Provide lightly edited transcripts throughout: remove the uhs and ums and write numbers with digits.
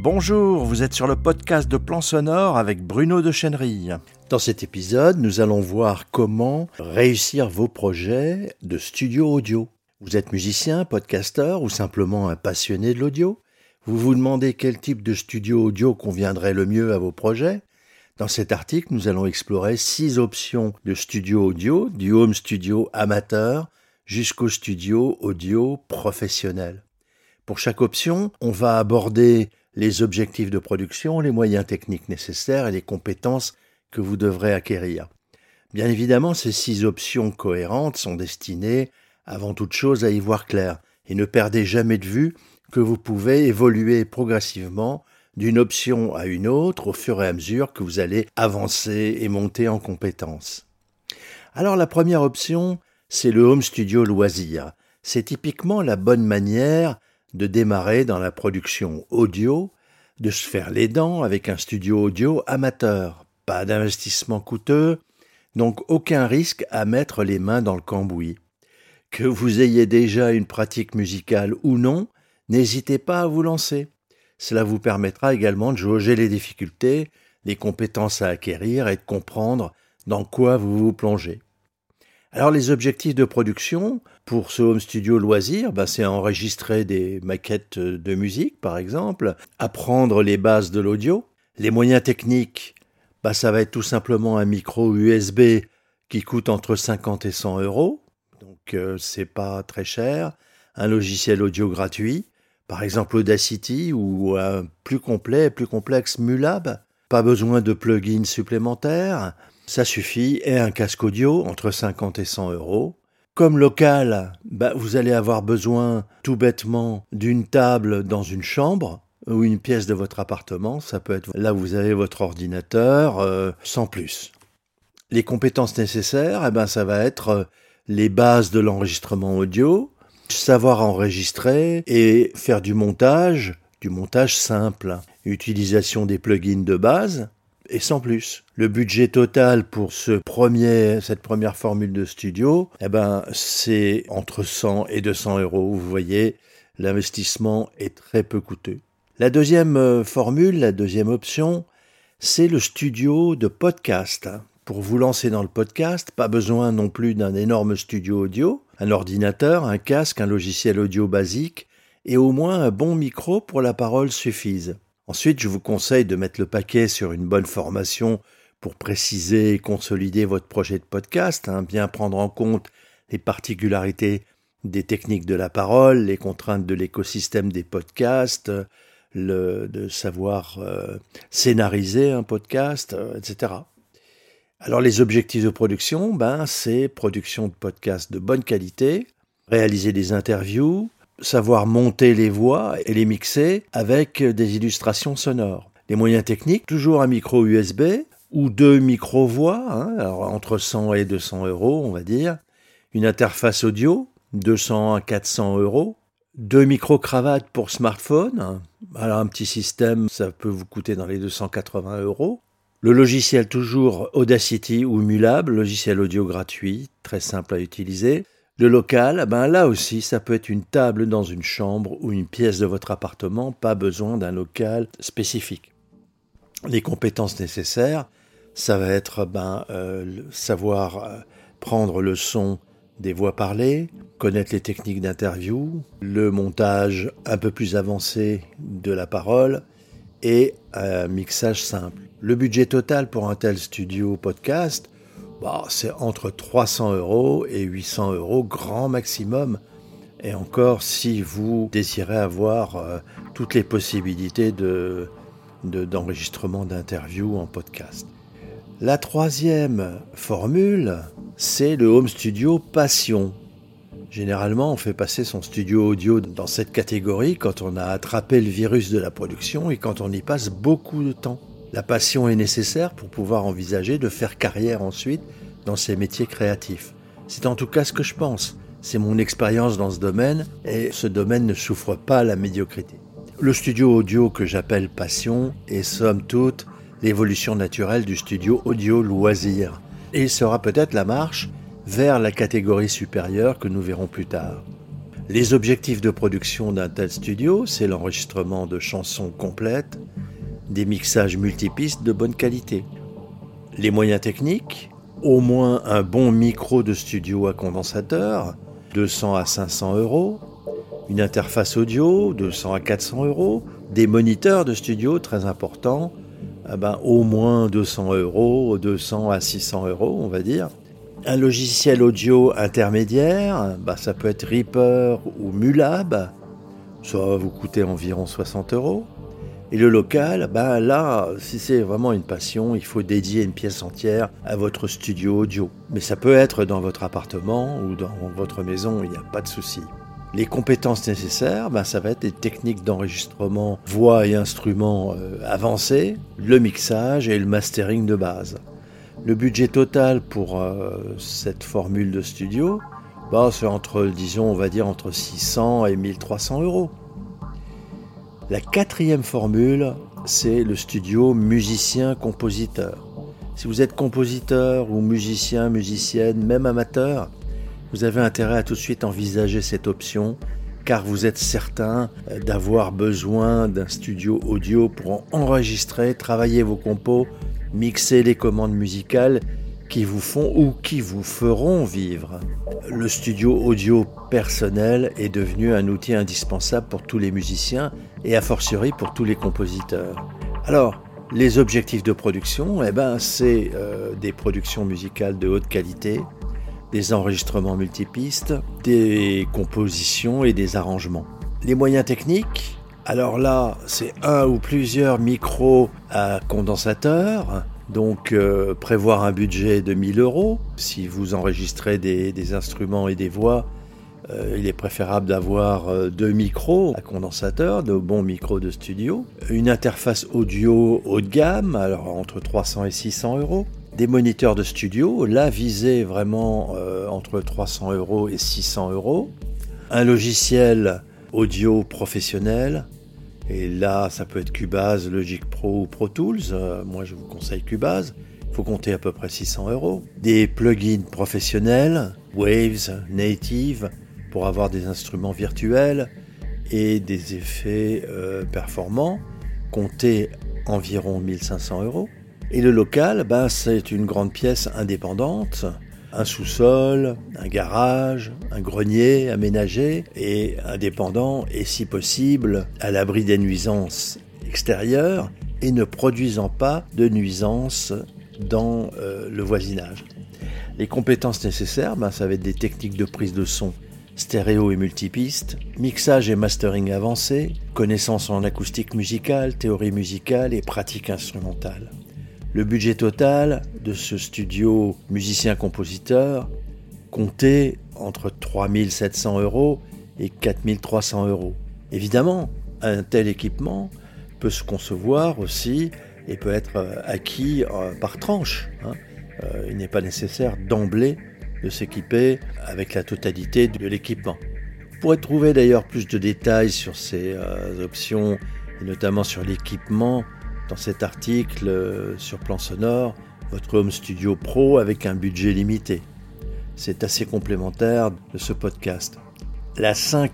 Bonjour, vous êtes sur le podcast de Plan Sonore avec Bruno de Chenerille. Dans cet épisode, nous allons voir comment réussir vos projets de studio audio. Vous êtes musicien, podcasteur ou simplement un passionné de l'audio? Vous vous demandez quel type de studio audio conviendrait le mieux à vos projets? Dans cet article, nous allons explorer 6 options de studio audio, du home studio amateur jusqu'au studio audio professionnel. Pour chaque option, on va aborder les objectifs de production, les moyens techniques nécessaires et les compétences que vous devrez acquérir. Bien évidemment, ces 6 options cohérentes sont destinées avant toute chose à y voir clair et ne perdez jamais de vue que vous pouvez évoluer progressivement d'une option à une autre au fur et à mesure que vous allez avancer et monter en compétences. Alors la première option, c'est le home studio loisir. C'est typiquement la bonne manière de démarrer dans la production audio, de se faire les dents avec un studio audio amateur. Pas d'investissement coûteux, donc aucun risque à mettre les mains dans le cambouis. Que vous ayez déjà une pratique musicale ou non, n'hésitez pas à vous lancer. Cela vous permettra également de jauger les difficultés, les compétences à acquérir et de comprendre dans quoi vous vous plongez. Alors les objectifs de production pour ce home studio loisir, c'est enregistrer des maquettes de musique par exemple, apprendre les bases de l'audio. Les moyens techniques, ça va être tout simplement un micro USB qui coûte entre 50 et 100 €, donc c'est pas très cher, un logiciel audio gratuit, par exemple Audacity ou un plus complexe Mulab, pas besoin de plugins supplémentaires. Ça suffit, et un casque audio entre 50 et 100 €. Comme local, vous allez avoir besoin tout bêtement d'une table dans une chambre ou une pièce de votre appartement. Ça peut être là où vous avez votre ordinateur, sans plus. Les compétences nécessaires, ça va être les bases de l'enregistrement audio, savoir enregistrer et faire du montage simple, utilisation des plugins de base, et sans plus. Le budget total pour cette première formule de studio, c'est entre 100 et 200 €. Vous voyez, l'investissement est très peu coûteux. La deuxième formule, la deuxième option, c'est le studio de podcast. Pour vous lancer dans le podcast, pas besoin non plus d'un énorme studio audio, un ordinateur, un casque, un logiciel audio basique et au moins un bon micro pour la parole suffisent. Ensuite, je vous conseille de mettre le paquet sur une bonne formation pour préciser et consolider votre projet de podcast, bien prendre en compte les particularités des techniques de la parole, les contraintes de l'écosystème des podcasts, de savoir scénariser un podcast, etc. Alors les objectifs de production, c'est production de podcasts de bonne qualité, réaliser des interviews, savoir monter les voix et les mixer avec des illustrations sonores. Les moyens techniques, toujours un micro USB ou 2 micro-voix, alors entre 100 et 200 €, on va dire. Une interface audio, 200 à 400 €. 2 micro-cravates pour smartphone. Alors un petit système, ça peut vous coûter dans les 280 €. Le logiciel toujours Audacity ou Mulab, logiciel audio gratuit, très simple à utiliser. Le local, là aussi, ça peut être une table dans une chambre ou une pièce de votre appartement, pas besoin d'un local spécifique. Les compétences nécessaires, ça va être savoir prendre le son des voix parlées, connaître les techniques d'interview, le montage un peu plus avancé de la parole et un mixage simple. Le budget total pour un tel studio podcast, c'est entre 300 € et 800 € grand maximum. Et encore, si vous désirez avoir toutes les possibilités d'enregistrement d'interviews en podcast. La troisième formule, c'est le home studio passion. Généralement, on fait passer son studio audio dans cette catégorie quand on a attrapé le virus de la production et quand on y passe beaucoup de temps. La passion est nécessaire pour pouvoir envisager de faire carrière ensuite dans ces métiers créatifs. C'est en tout cas ce que je pense. C'est mon expérience dans ce domaine et ce domaine ne souffre pas la médiocrité. Le studio audio que j'appelle passion est somme toute l'évolution naturelle du studio audio loisir. Et il sera peut-être la marche vers la catégorie supérieure que nous verrons plus tard. Les objectifs de production d'un tel studio, c'est l'enregistrement de chansons complètes, des mixages multipistes de bonne qualité. Les moyens techniques, au moins un bon micro de studio à condensateur, 200 à 500 €, une interface audio, 200 à 400 €, des moniteurs de studio très importants, au moins 200 €, 200 à 600 €, on va dire. Un logiciel audio intermédiaire, ça peut être Reaper ou Mulab, ça va vous coûter environ 60 €. Et le local, là, si c'est vraiment une passion, il faut dédier une pièce entière à votre studio audio. Mais ça peut être dans votre appartement ou dans votre maison, il n'y a pas de souci. Les compétences nécessaires, ça va être des techniques d'enregistrement voix et instruments avancées, le mixage et le mastering de base. Le budget total pour cette formule de studio, c'est entre 600 et 1300 €. La quatrième formule, c'est le studio musicien-compositeur. Si vous êtes compositeur ou musicien, musicienne, même amateur, vous avez intérêt à tout de suite envisager cette option, car vous êtes certain d'avoir besoin d'un studio audio pour enregistrer, travailler vos compos, mixer les commandes musicales qui vous font ou qui vous feront vivre. Le studio audio personnel est devenu un outil indispensable pour tous les musiciens et a fortiori pour tous les compositeurs. Alors, les objectifs de production, c'est des productions musicales de haute qualité, des enregistrements multipistes, des compositions et des arrangements. Les moyens techniques, alors là, c'est un ou plusieurs micros à condensateur. Donc prévoir un budget de 1000 €. Si vous enregistrez des instruments et des voix, il est préférable d'avoir 2 micros à condensateur, de bons micros de studio. Une interface audio haut de gamme, alors entre 300 et 600 €. Des moniteurs de studio, là visés vraiment entre 300 € et 600 €. Un logiciel audio professionnel. Et là, ça peut être Cubase, Logic Pro ou Pro Tools. Moi, je vous conseille Cubase. Il faut compter à peu près 600 €. Des plugins professionnels, Waves, Native, pour avoir des instruments virtuels et des effets performants. Comptez environ 1500 €. Et le local, c'est une grande pièce indépendante. Un sous-sol, un garage, un grenier aménagé et indépendant et si possible à l'abri des nuisances extérieures et ne produisant pas de nuisances dans le voisinage. Les compétences nécessaires, ça va être des techniques de prise de son stéréo et multipiste, mixage et mastering avancé, connaissances en acoustique musicale, théorie musicale et pratique instrumentale. Le budget total de ce studio musicien-compositeur comptait entre 3700 € et 4300 €. Évidemment, un tel équipement peut se concevoir aussi et peut être acquis par tranche. Il n'est pas nécessaire d'emblée de s'équiper avec la totalité de l'équipement. Vous pourrez trouver d'ailleurs plus de détails sur ces options et notamment sur l'équipement dans cet article sur Plan Sonore, votre home studio pro avec un budget limité. C'est assez complémentaire de ce podcast. La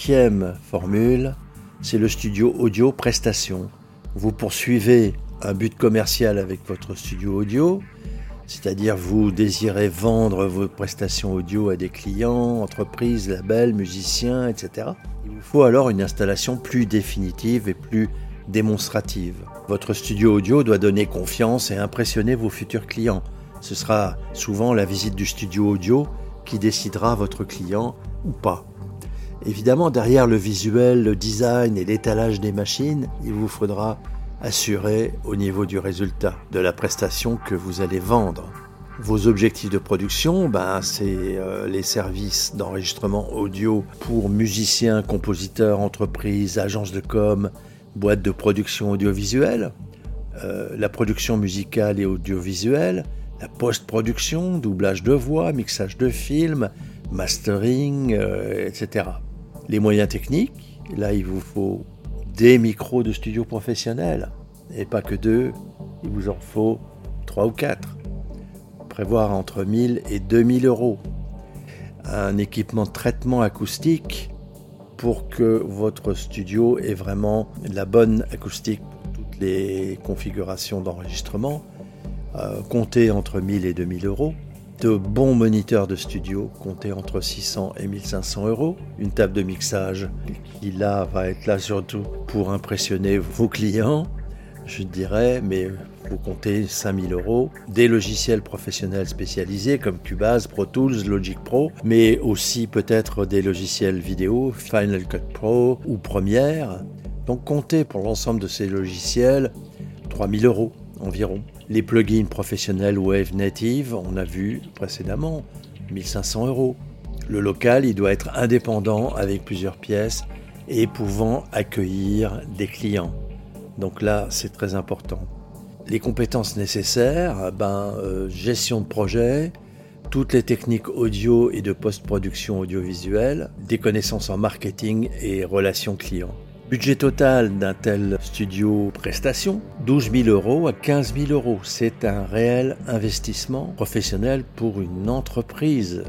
5e formule, c'est le studio audio prestation. Vous poursuivez un but commercial avec votre studio audio, c'est-à-dire vous désirez vendre vos prestations audio à des clients, entreprises, labels, musiciens, etc. Il vous faut alors une installation plus définitive et plus démonstrative. Votre studio audio doit donner confiance et impressionner vos futurs clients. Ce sera souvent la visite du studio audio qui décidera votre client ou pas. Évidemment, derrière le visuel, le design et l'étalage des machines, il vous faudra assurer au niveau du résultat de la prestation que vous allez vendre. Vos objectifs de production, c'est les services d'enregistrement audio pour musiciens, compositeurs, entreprises, agences de com', boîtes de production audiovisuelle, la production musicale et audiovisuelle, la post-production, doublage de voix, mixage de films, mastering, etc. Les moyens techniques, là il vous faut des micros de studio professionnels, et pas que 2, il vous en faut 3 ou 4. Prévoir entre 1000 et 2000 €. Un équipement de traitement acoustique pour que votre studio ait vraiment la bonne acoustique pour toutes les configurations d'enregistrement, comptez entre 1000 et 2000 euros. De bons moniteurs de studio, comptez entre 600 et 1500 euros. Une table de mixage qui là va être là surtout pour impressionner vos clients, je dirais, mais vous comptez 5000 euros. Des logiciels professionnels spécialisés comme Cubase, Pro Tools, Logic Pro, mais aussi peut-être des logiciels vidéo, Final Cut Pro ou Premiere. Donc comptez pour l'ensemble de ces logiciels 3000 euros environ. Les plugins professionnels Wave Native, on a vu précédemment, 1500 euros. Le local, il doit être indépendant avec plusieurs pièces et pouvant accueillir des clients. Donc là, c'est très important. Les compétences nécessaires, gestion de projet, toutes les techniques audio et de post-production audiovisuelle, des connaissances en marketing et relations clients. Budget total d'un tel studio prestation, 12 000 euros à 15 000 euros. C'est un réel investissement professionnel pour une entreprise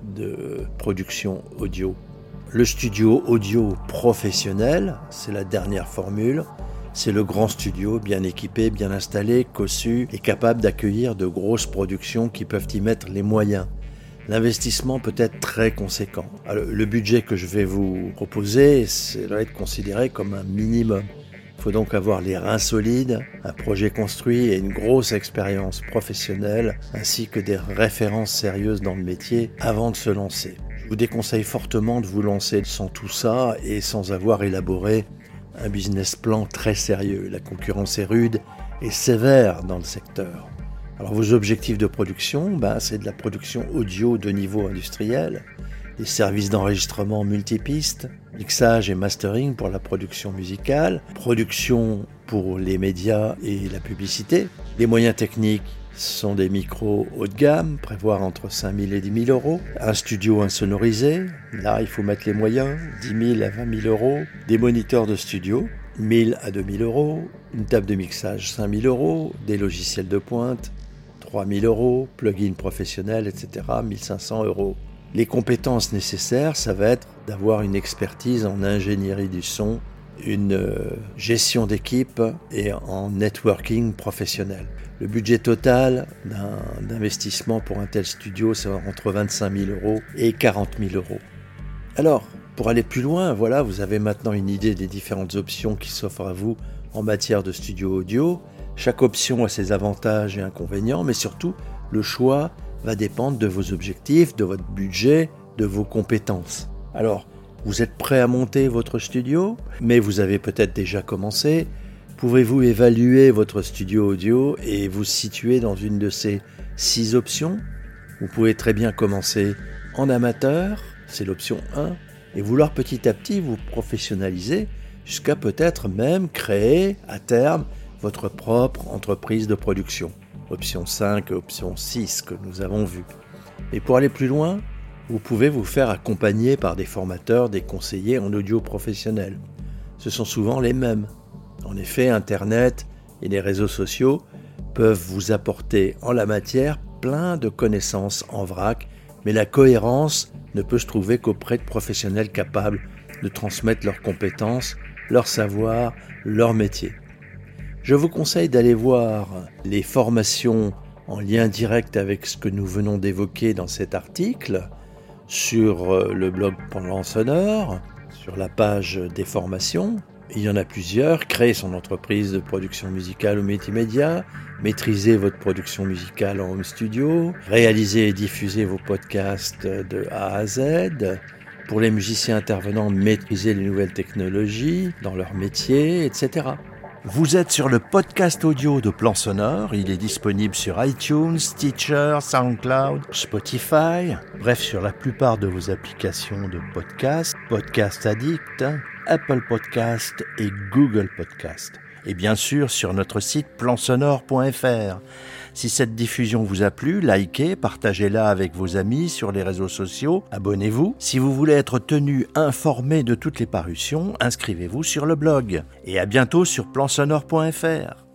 de production audio. Le studio audio professionnel, c'est la dernière formule. C'est le grand studio, bien équipé, bien installé, cossu et capable d'accueillir de grosses productions qui peuvent y mettre les moyens. L'investissement peut être très conséquent. Alors, le budget que je vais vous proposer, c'est doit être considéré comme un minimum. Il faut donc avoir les reins solides, un projet construit et une grosse expérience professionnelle, ainsi que des références sérieuses dans le métier avant de se lancer. Je vous déconseille fortement de vous lancer sans tout ça et sans avoir élaboré un business plan très sérieux. La concurrence est rude et sévère dans le secteur. Alors vos objectifs de production, c'est de la production audio de niveau industriel, des services d'enregistrement multipistes, mixage et mastering pour la production musicale, production pour les médias et la publicité. Les moyens techniques sont des micros haut de gamme, prévoir entre 5 000 et 10 000 euros, un studio insonorisé, là il faut mettre les moyens, 10 000 à 20 000 euros, des moniteurs de studio, 1 000 à 2 000 euros, une table de mixage 5 000 euros, des logiciels de pointe, 3 000 euros, plugins professionnels, etc., 1 500 euros. Les compétences nécessaires, ça va être d'avoir une expertise en ingénierie du son, une gestion d'équipe et en networking professionnel. Le budget total d'investissement pour un tel studio, c'est entre 25 000 euros et 40 000 euros. Alors, pour aller plus loin, voilà, vous avez maintenant une idée des différentes options qui s'offrent à vous en matière de studio audio. Chaque option a ses avantages et inconvénients, mais surtout, le choix va dépendre de vos objectifs, de votre budget, de vos compétences. Alors, vous êtes prêt à monter votre studio, mais vous avez peut-être déjà commencé. Pouvez-vous évaluer votre studio audio et vous situer dans une de ces 6 options ? Vous pouvez très bien commencer en amateur, c'est l'option 1, et vouloir petit à petit vous professionnaliser jusqu'à peut-être même créer à terme votre propre entreprise de production. Option 5 et option 6 que nous avons vues. Et pour aller plus loin, vous pouvez vous faire accompagner par des formateurs, des conseillers en audio professionnel. Ce sont souvent les mêmes. En effet, Internet et les réseaux sociaux peuvent vous apporter en la matière plein de connaissances en vrac, mais la cohérence ne peut se trouver qu'auprès de professionnels capables de transmettre leurs compétences, leur savoir, leur métier. Je vous conseille d'aller voir les formations en lien direct avec ce que nous venons d'évoquer dans cet article sur le blog Plan Sonore, sur la page des formations. Il y en a plusieurs. Créer son entreprise de production musicale ou multimédia, maîtriser votre production musicale en home studio, réaliser et diffuser vos podcasts de A à Z. Pour les musiciens intervenants, maîtriser les nouvelles technologies dans leur métier, etc. Vous êtes sur le podcast audio de Plan Sonore. Il est disponible sur iTunes, Stitcher, SoundCloud, Spotify, bref sur la plupart de vos applications de podcast, Podcast Addict, Apple Podcast et Google Podcast. Et bien sûr sur notre site plansonore.fr. Si cette diffusion vous a plu, likez, partagez-la avec vos amis sur les réseaux sociaux, abonnez-vous. Si vous voulez être tenu informé de toutes les parutions, inscrivez-vous sur le blog. Et à bientôt sur plansonore.fr.